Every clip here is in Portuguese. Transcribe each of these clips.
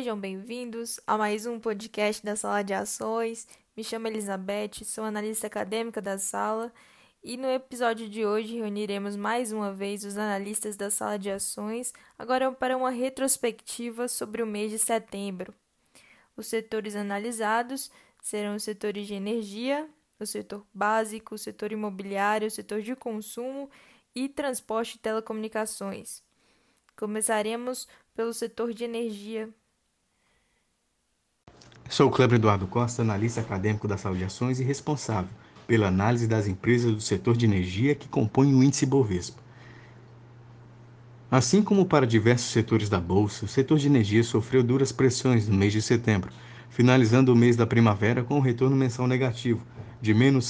Sejam bem-vindos a mais um podcast da Sala de Ações. Me chamo Elizabeth, sou analista acadêmica da sala e no episódio de hoje reuniremos mais uma vez os analistas da Sala de Ações, agora para uma retrospectiva sobre o mês de setembro. Os setores analisados serão os setores de energia, o setor básico, o setor imobiliário, o setor de consumo e transporte e telecomunicações. Começaremos pelo setor de energia. Sou Cleber Eduardo Costa, analista acadêmico da Sala de Ações e responsável pela análise das empresas do setor de energia que compõem o índice Bovespa. Assim como para diversos setores da Bolsa, o setor de energia sofreu duras pressões no mês de setembro, finalizando o mês da primavera com um retorno mensal negativo, de menos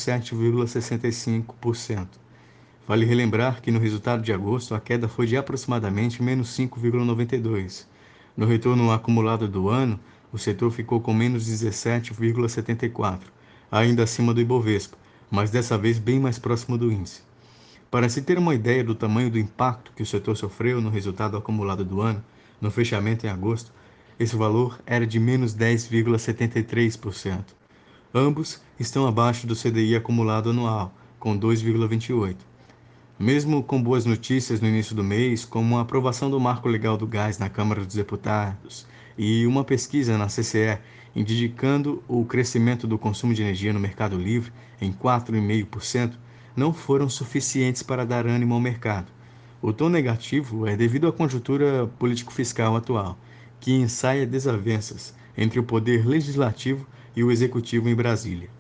7,65%. Vale relembrar que no resultado de agosto a queda foi de aproximadamente menos 5,92%. No retorno acumulado do ano, o setor ficou com menos 17,74%, ainda acima do Ibovespa, mas dessa vez bem mais próximo do índice. Para se ter uma ideia do tamanho do impacto que o setor sofreu no resultado acumulado do ano, no fechamento em agosto, esse valor era de menos 10,73%. Ambos estão abaixo do CDI acumulado anual, com 2,28%. Mesmo com boas notícias no início do mês, como a aprovação do Marco Legal do Gás na Câmara dos Deputados e uma pesquisa na CCE indicando o crescimento do consumo de energia no mercado livre em 4,5%, não foram suficientes para dar ânimo ao mercado. O tom negativo é devido à conjuntura político-fiscal atual, que ensaia desavenças entre o poder legislativo e o executivo em Brasília.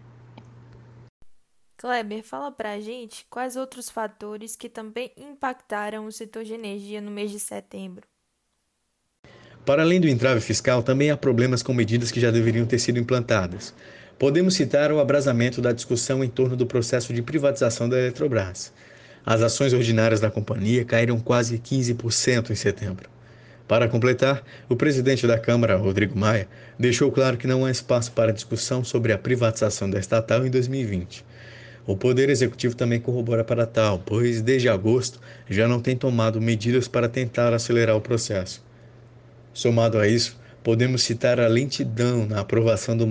Kleber, fala pra gente quais outros fatores que também impactaram o setor de energia no mês de setembro. Para além do entrave fiscal, também há problemas com medidas que já deveriam ter sido implantadas. Podemos citar o abrasamento da discussão em torno do processo de privatização da Eletrobras. As ações ordinárias da companhia caíram quase 15% em setembro. Para completar, o presidente da Câmara, Rodrigo Maia, deixou claro que não há espaço para discussão sobre a privatização da estatal em 2020. O Poder Executivo também corrobora para tal, pois desde agosto já não tem tomado medidas para tentar acelerar o processo. Somado a isso, podemos citar a lentidão na aprovação do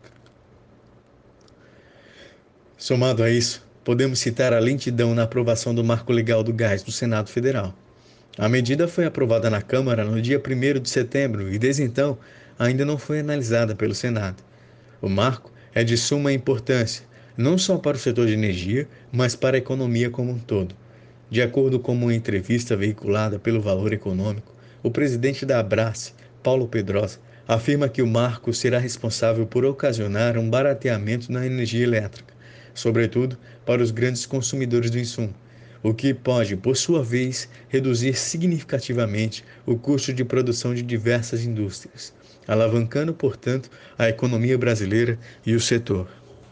Marco Legal do Gás do Senado Federal. A medida foi aprovada na Câmara no dia 1º de setembro e, desde então, ainda não foi analisada pelo Senado. O marco é de suma importância, não só para o setor de energia, mas para a economia como um todo. De acordo com uma entrevista veiculada pelo Valor Econômico, o presidente da Abrace, Paulo Pedrosa, afirma que o marco será responsável por ocasionar um barateamento na energia elétrica, sobretudo para os grandes consumidores do insumo, o que pode, por sua vez, reduzir significativamente o custo de produção de diversas indústrias, alavancando, portanto, a economia brasileira e o setor.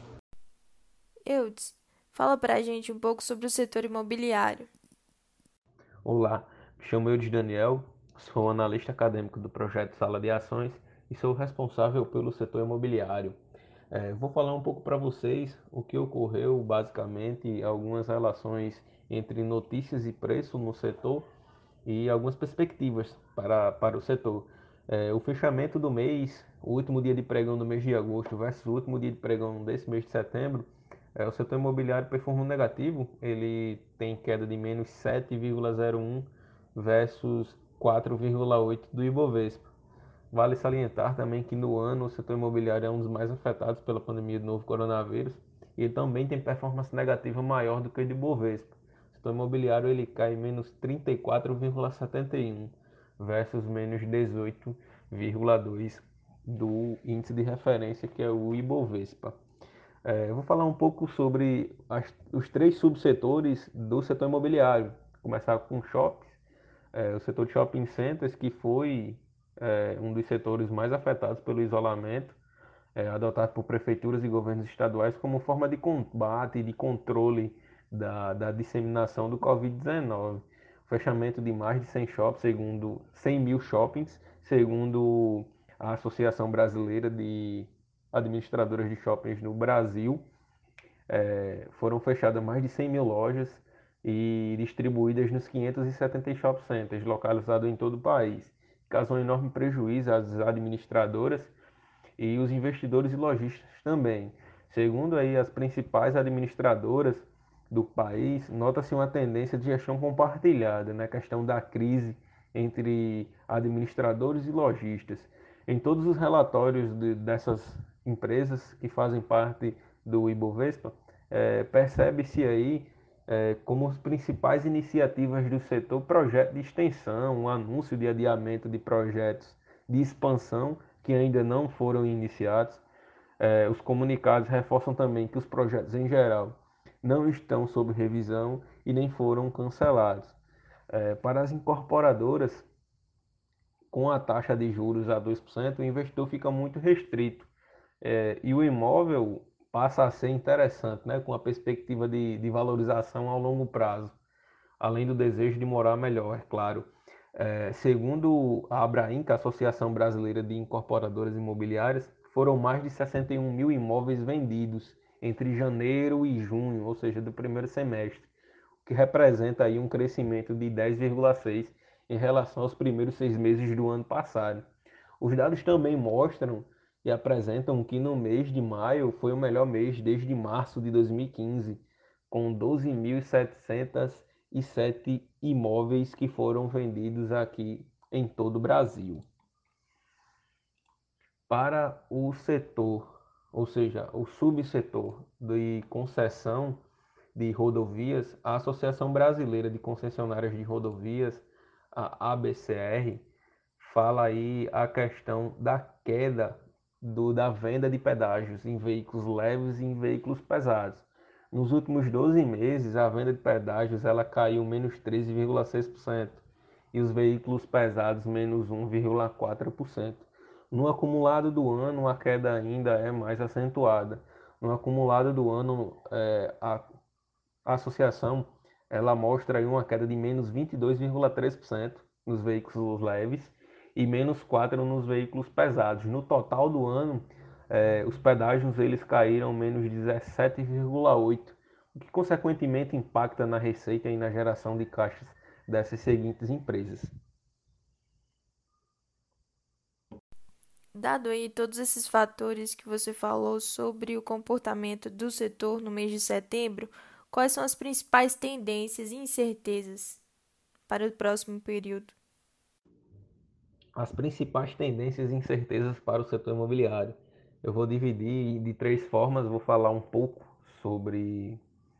Eudes, fala pra gente um pouco sobre o setor imobiliário. Olá, me chamo Eudes Daniel, sou analista acadêmico do projeto Sala de Ações e sou responsável pelo setor imobiliário. Vou falar um pouco para vocês o que ocorreu, basicamente, algumas relações entre notícias e preço no setor e algumas perspectivas para o setor. O fechamento do mês, o último dia de pregão do mês de agosto versus o último dia de pregão desse mês de setembro, o setor imobiliário performou negativo, ele tem queda de menos 7,01 versus 4,8 do Ibovespa. Vale salientar também que no ano o setor imobiliário é um dos mais afetados pela pandemia do novo coronavírus e ele também tem performance negativa maior do que o de Bovespa. O setor imobiliário ele cai menos 34,71 versus menos 18,2 do índice de referência que é o Ibovespa. Eu vou falar um pouco sobre os três subsetores do setor imobiliário. Vou começar com shoppings, o setor de shopping centers, que foi um dos setores mais afetados pelo isolamento, adotado por prefeituras e governos estaduais como forma de combate e de controle da disseminação do Covid-19. O fechamento de mais de 100 shoppings, segundo 100 mil shoppings, segundo a Associação Brasileira de Administradoras de Shoppings no Brasil, foram fechadas mais de 100 mil lojas e distribuídas nos 570 shopping centers localizados em todo o país. causou um enorme prejuízo às administradoras e os investidores e lojistas também. Segundo aí as principais administradoras do país, nota-se uma tendência de gestão compartilhada na questão da crise entre administradores e lojistas. Em todos os relatórios dessas empresas que fazem parte do Ibovespa, percebe-se aí como as principais iniciativas do setor, projeto de extensão, um anúncio de adiamento de projetos de expansão que ainda não foram iniciados. Os comunicados reforçam também que os projetos em geral não estão sob revisão e nem foram cancelados. Para as incorporadoras, com a taxa de juros a 2%, o investidor fica muito restrito. E o imóvel passa a ser interessante, né, com a perspectiva de valorização ao longo prazo, além do desejo de morar melhor, é claro. Segundo a Abrainc, a Associação Brasileira de Incorporadoras Imobiliárias, foram mais de 61 mil imóveis vendidos entre janeiro e junho, ou seja, do primeiro semestre, o que representa aí um crescimento de 10,6% em relação aos primeiros 6 meses do ano passado. Os dados também mostram e apresentam que no mês de maio foi o melhor mês desde março de 2015, com 12.707 imóveis que foram vendidos aqui em todo o Brasil. Para o setor, ou seja, o subsetor de concessão de rodovias, a Associação Brasileira de Concessionárias de Rodovias, a ABCR, fala aí a questão da queda da venda de pedágios em veículos leves e em veículos pesados. Nos últimos 12 meses, a venda de pedágios ela caiu menos 13,6% e os veículos pesados menos 1,4%. No acumulado do ano, a queda ainda é mais acentuada. No acumulado do ano, a associação ela mostra aí uma queda de menos 22,3% nos veículos leves e menos 4% nos veículos pesados. No total do ano, os pedágios eles caíram menos 17,8%, o que consequentemente impacta na receita e na geração de caixas dessas seguintes empresas. Dado aí todos esses fatores que você falou sobre o comportamento do setor no mês de setembro, quais são as principais tendências e incertezas para o próximo período? As principais tendências e incertezas para o setor imobiliário. Eu vou dividir de 3 formas, vou falar um pouco sobre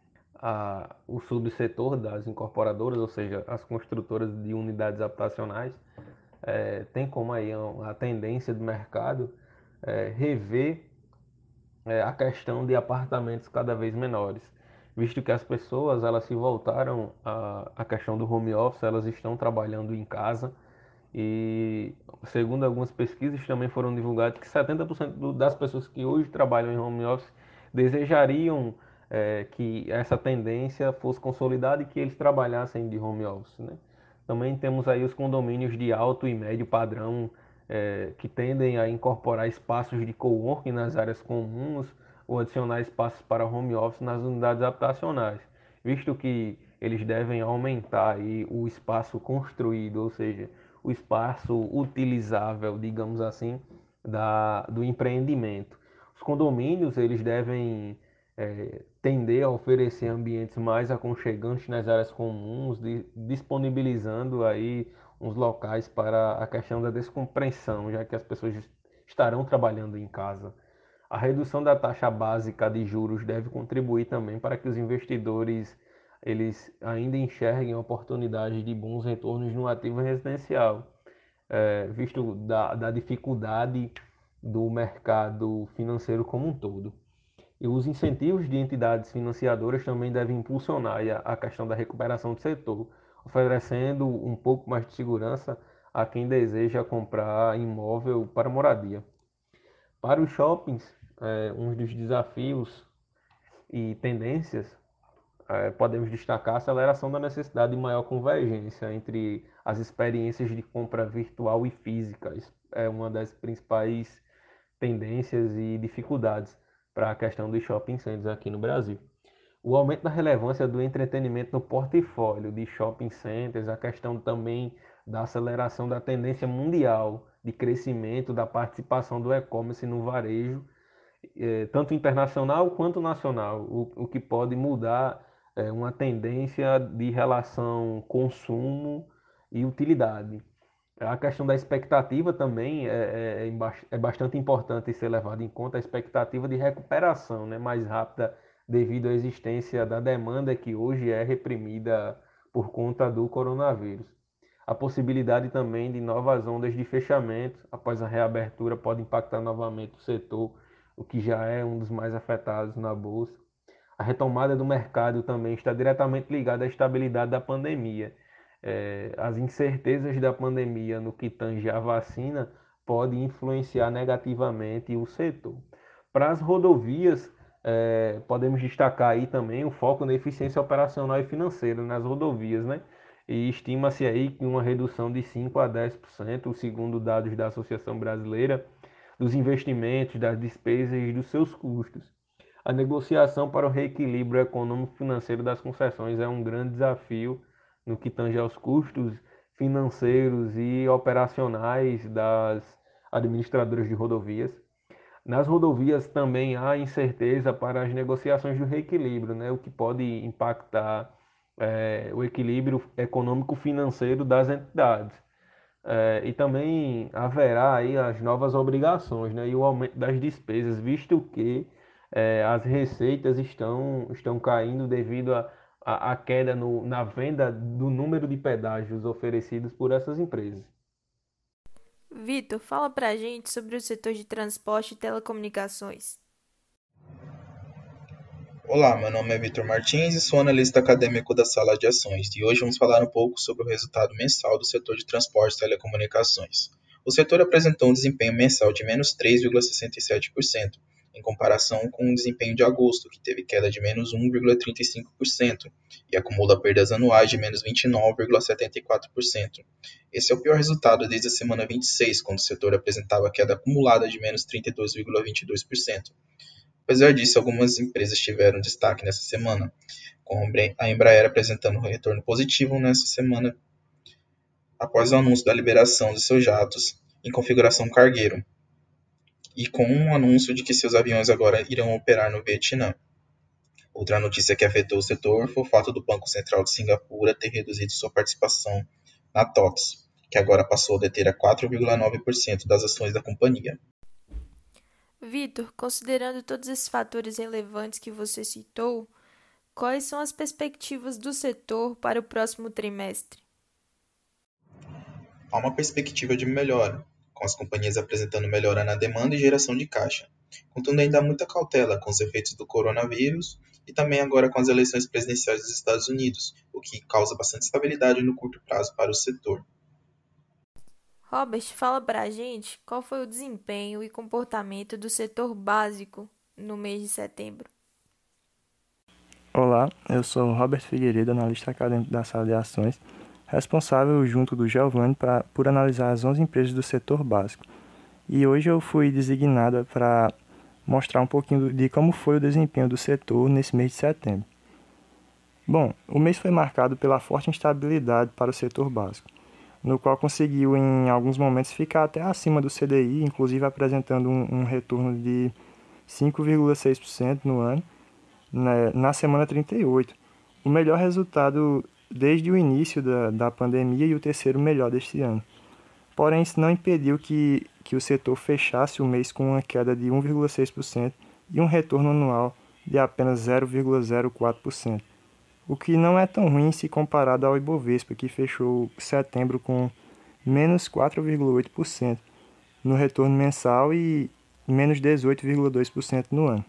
o subsetor das incorporadoras, ou seja, as construtoras de unidades habitacionais. Tem como aí a tendência do mercado rever a questão de apartamentos cada vez menores, visto que as pessoas elas se voltaram à questão do home office, elas estão trabalhando em casa e segundo algumas pesquisas também foram divulgadas que 70% das pessoas que hoje trabalham em home office desejariam que essa tendência fosse consolidada e que eles trabalhassem de home office, né? Também temos aí os condomínios de alto e médio padrão que tendem a incorporar espaços de coworking nas áreas comuns ou adicionar espaços para home office nas unidades habitacionais, visto que eles devem aumentar aí o espaço construído, ou seja, o espaço utilizável, digamos assim, do empreendimento. Os condomínios eles devem tender a oferecer ambientes mais aconchegantes nas áreas comuns, disponibilizando aí uns locais para a questão da descompressão, já que as pessoas estarão trabalhando em casa. A redução da taxa básica de juros deve contribuir também para que os investidores eles ainda enxerguem oportunidades de bons retornos no ativo residencial, visto da dificuldade do mercado financeiro como um todo. E os incentivos de entidades financiadoras também devem impulsionar a questão da recuperação do setor, oferecendo um pouco mais de segurança a quem deseja comprar imóvel para moradia. Para os shoppings, um dos desafios e tendências, podemos destacar a aceleração da necessidade de maior convergência entre as experiências de compra virtual e físicas. É uma das principais tendências e dificuldades para a questão dos shopping centers aqui no Brasil. O aumento da relevância do entretenimento no portfólio de shopping centers, a questão também da aceleração da tendência mundial de crescimento da participação do e-commerce no varejo, tanto internacional quanto nacional, o que pode mudar uma tendência de relação consumo e utilidade. A questão da expectativa também é bastante importante ser levada em conta, a expectativa de recuperação, né, mais rápida devido à existência da demanda que hoje é reprimida por conta do coronavírus. A possibilidade também de novas ondas de fechamento após a reabertura pode impactar novamente o setor, o que já é um dos mais afetados na bolsa. A retomada do mercado também está diretamente ligada à estabilidade da pandemia. As incertezas da pandemia no que tange à vacina podem influenciar negativamente o setor. Para as rodovias, podemos destacar aí também o foco na eficiência operacional e financeira nas rodovias, né? E estima-se aí que uma redução de 5 a 10%, segundo dados da Associação Brasileira, dos investimentos, das despesas e dos seus custos. A negociação para o reequilíbrio econômico-financeiro das concessões é um grande desafio no que tange aos custos financeiros e operacionais das administradoras de rodovias. Nas rodovias também há incerteza para as negociações do reequilíbrio, né, o que pode impactar o equilíbrio econômico-financeiro das entidades. E também haverá aí as novas obrigações, né, e o aumento das despesas, visto que as receitas estão caindo devido à queda na venda do número de pedágios oferecidos por essas empresas. Vitor, fala pra gente sobre o setor de transporte e telecomunicações. Olá, meu nome é Vitor Martins e sou analista acadêmico da Sala de Ações, e hoje vamos falar um pouco sobre o resultado mensal do setor de transporte e telecomunicações. O setor apresentou um desempenho mensal de menos 3,67%, em comparação com o desempenho de agosto, que teve queda de menos 1,35%, e acumula perdas anuais de menos 29,74%. Esse é o pior resultado desde a semana 26, quando o setor apresentava queda acumulada de menos 32,22%. Apesar disso, algumas empresas tiveram destaque nessa semana, com a Embraer apresentando um retorno positivo nessa semana após o anúncio da liberação de seus jatos em configuração cargueiro e com um anúncio de que seus aviões agora irão operar no Vietnã. Outra notícia que afetou o setor foi o fato do Banco Central de Singapura ter reduzido sua participação na TOTS, que agora passou a deter a 4,9% das ações da companhia. Vitor, considerando todos esses fatores relevantes que você citou, quais são as perspectivas do setor para o próximo trimestre? Há uma perspectiva de melhora, com as companhias apresentando melhora na demanda e geração de caixa. Contudo, ainda há muita cautela com os efeitos do coronavírus e também agora com as eleições presidenciais dos Estados Unidos, o que causa bastante estabilidade no curto prazo para o setor. Robert, fala pra gente qual foi o desempenho e comportamento do setor básico no mês de setembro. Olá, eu sou Robert Figueiredo, analista acadêmico da Sala de Ações, responsável junto do Giovanni por analisar as 11 empresas do setor básico. E hoje eu fui designada para mostrar um pouquinho de como foi o desempenho do setor nesse mês de setembro. Bom, o mês foi marcado pela forte instabilidade para o setor básico, no qual conseguiu em alguns momentos ficar até acima do CDI, inclusive apresentando um retorno de 5,6% no ano, na semana 38, o melhor resultado desde o início da pandemia e o terceiro melhor deste ano. Porém, isso não impediu que o setor fechasse o mês com uma queda de 1,6% e um retorno anual de apenas 0,04%. O que não é tão ruim se comparado ao Ibovespa, que fechou setembro com menos 4,8% no retorno mensal e menos 18,2% no ano.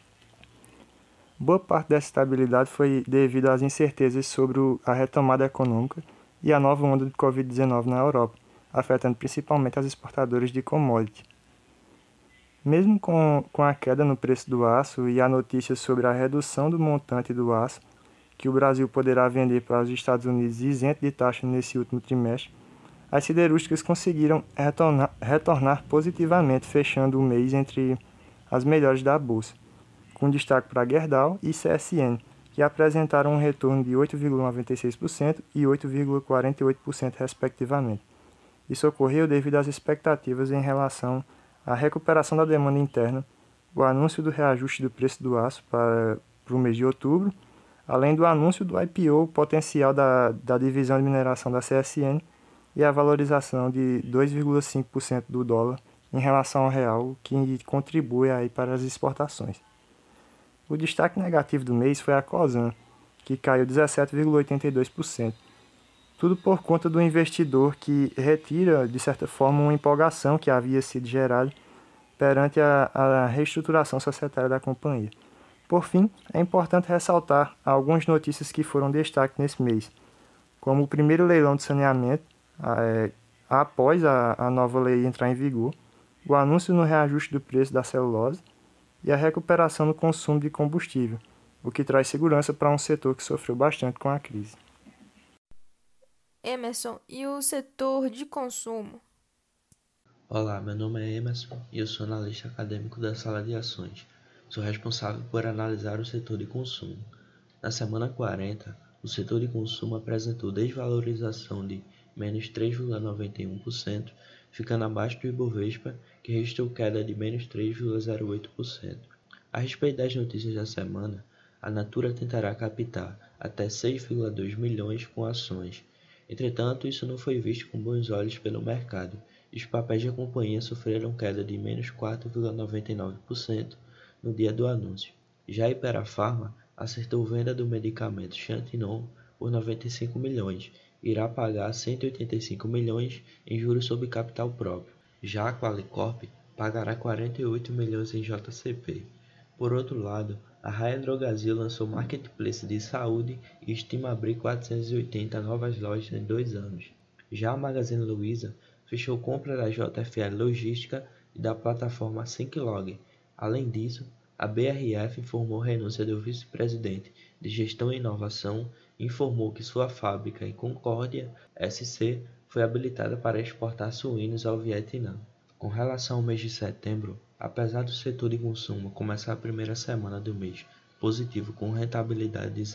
Boa parte dessa estabilidade foi devido às incertezas sobre a retomada econômica e a nova onda de Covid-19 na Europa, afetando principalmente as exportadoras de commodity. Mesmo com a queda no preço do aço e a notícia sobre a redução do montante do aço, que o Brasil poderá vender para os Estados Unidos isento de taxa nesse último trimestre, as siderúrgicas conseguiram retornar positivamente, fechando o mês entre as melhores da Bolsa, com destaque para Gerdau e CSN, que apresentaram um retorno de 8,96% e 8,48%, respectivamente. Isso ocorreu devido às expectativas em relação à recuperação da demanda interna, o anúncio do reajuste do preço do aço para o mês de outubro, além do anúncio do IPO potencial da divisão de mineração da CSN e a valorização de 2,5% do dólar em relação ao real, o que contribui aí para as exportações. O destaque negativo do mês foi a Cosan, que caiu 17,82%. Tudo por conta do investidor que retira, de certa forma, uma empolgação que havia sido gerada perante a reestruturação societária da companhia. Por fim, é importante ressaltar algumas notícias que foram destaque nesse mês, como o primeiro leilão de saneamento, após a nova lei entrar em vigor, o anúncio no reajuste do preço da celulose e a recuperação no consumo de combustível, o que traz segurança para um setor que sofreu bastante com a crise. Emerson, e o setor de consumo? Olá, meu nome é Emerson e eu sou analista acadêmico da Sala de Ações. Sou responsável por analisar o setor de consumo. Na semana 40, o setor de consumo apresentou desvalorização de menos 3,91%, ficando abaixo do Ibovespa, que registrou queda de menos 3,08%. A respeito das notícias da semana, a Natura tentará captar até 6,2 milhões com ações. Entretanto, isso não foi visto com bons olhos pelo mercado, e os papéis da companhia sofreram queda de menos 4,99% no dia do anúncio. Já a Hypera Pharma acertou venda do medicamento Xantinon por 95 milhões e irá pagar 185 milhões em juros sobre capital próprio. Já a Qualicorp pagará 48 milhões em JCP. Por outro lado, a Raia Drogasil lançou marketplace de saúde e estima abrir 480 novas lojas em 2 anos. Já a Magazine Luiza fechou compra da JFL Logística e da plataforma SyncLog. Além disso, a BRF informou renúncia do vice-presidente de Gestão e Inovação e informou que sua fábrica em Concórdia, SC, foi habilitada para exportar suínos ao Vietnã. Com relação ao mês de setembro, apesar do setor de consumo começar a primeira semana do mês positivo com rentabilidade de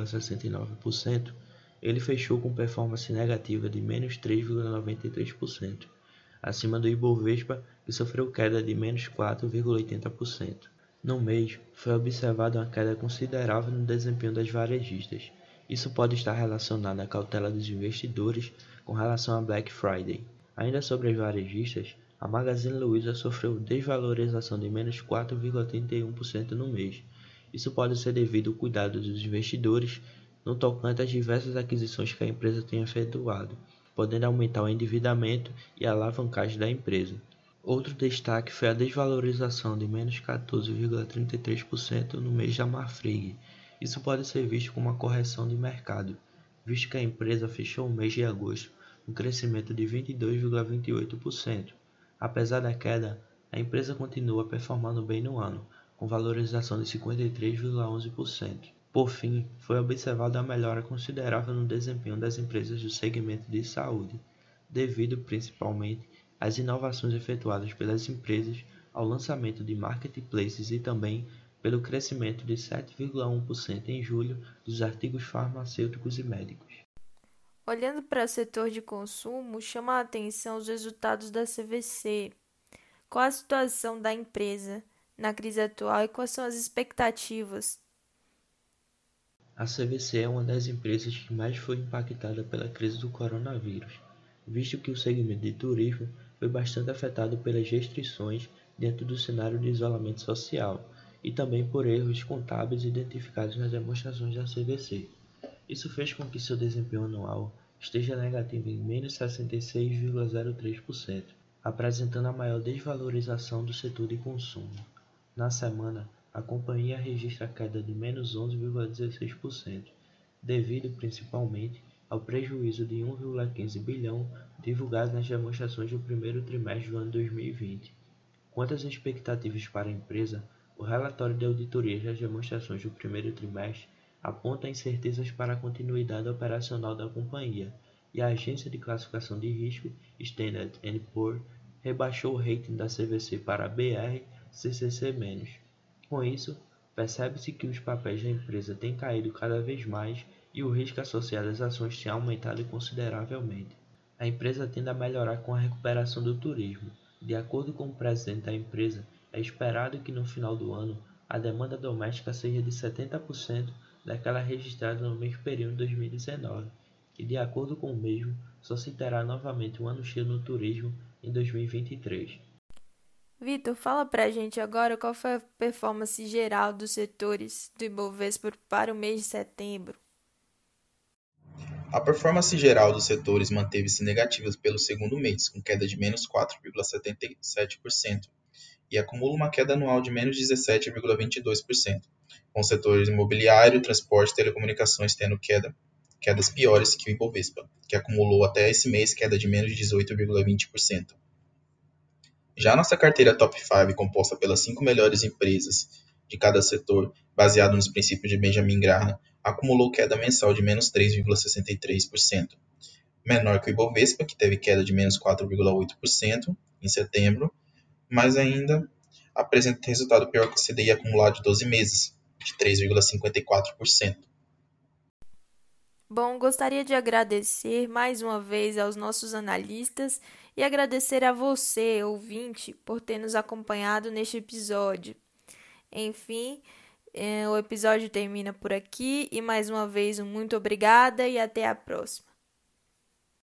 0,69%, ele fechou com performance negativa de menos 3,93%, acima do Ibovespa, que sofreu queda de menos 4,80%. No mês, foi observada uma queda considerável no desempenho das varejistas. Isso pode estar relacionado à cautela dos investidores com relação a Black Friday. Ainda sobre as varejistas, a Magazine Luiza sofreu desvalorização de menos 4,31% no mês. Isso pode ser devido ao cuidado dos investidores no tocante às diversas aquisições que a empresa tem efetuado, podendo aumentar o endividamento e a alavancagem da empresa. Outro destaque foi a desvalorização de menos 14,33% no mês da Marfrig. Isso pode ser visto como uma correção de mercado, visto que a empresa fechou o mês de agosto com crescimento de 22,28%. Apesar da queda, a empresa continua performando bem no ano, com valorização de 53,11%. Por fim, foi observada a melhora considerável no desempenho das empresas do segmento de saúde, devido principalmente às inovações efetuadas pelas empresas ao lançamento de marketplaces e também pelo crescimento de 7,1% em julho dos artigos farmacêuticos e médicos. Olhando para o setor de consumo, chama a atenção os resultados da CVC. Qual a situação da empresa na crise atual e quais são as expectativas? A CVC é uma das empresas que mais foi impactada pela crise do coronavírus, visto que o segmento de turismo foi bastante afetado pelas restrições dentro do cenário de isolamento social e também por erros contábeis identificados nas demonstrações da CVC. Isso fez com que seu desempenho anual esteja negativo em menos 66,03%, apresentando a maior desvalorização do setor de consumo. Na semana, a companhia registra queda de menos 11,16%, devido principalmente ao prejuízo de 1,15 bilhão divulgado nas demonstrações do primeiro trimestre do ano 2020. Quanto às expectativas para a empresa, o relatório de auditoria das demonstrações do primeiro trimestre aponta incertezas para a continuidade operacional da companhia, e a agência de classificação de risco Standard & Poor's rebaixou o rating da CVC para BR CCC-. Com isso, Percebe-se que os papéis da empresa têm caído cada vez mais e o risco associado às ações tem aumentado consideravelmente. A empresa tende a melhorar com a recuperação do turismo. De acordo com o presidente da empresa, é esperado que no final do ano a demanda doméstica seja de 70% daquela registrada no mesmo período de 2019, e de acordo com o mesmo, só se terá novamente um ano cheio no turismo em 2023. Vitor, fala pra gente agora qual foi a performance geral dos setores do Ibovespa para o mês de setembro. A performance geral dos setores manteve-se negativa pelo segundo mês, com queda de menos 4,77%, e acumula uma queda anual de menos 17,22%, com os setores imobiliário, transporte e telecomunicações tendo quedas piores que o Ibovespa, que acumulou até esse mês queda de menos 18,20%. Já a nossa carteira Top 5, composta pelas 5 melhores empresas de cada setor, baseado nos princípios de Benjamin Graham, acumulou queda mensal de menos 3,63%, menor que o Ibovespa, que teve queda de menos 4,8% em setembro, mas ainda apresenta resultado pior que o CDI acumulado de 12 meses, de 3,54%. Bom, gostaria de agradecer mais uma vez aos nossos analistas e agradecer a você, ouvinte, por ter nos acompanhado neste episódio. Enfim, o episódio termina por aqui e mais uma vez um muito obrigada e até a próxima.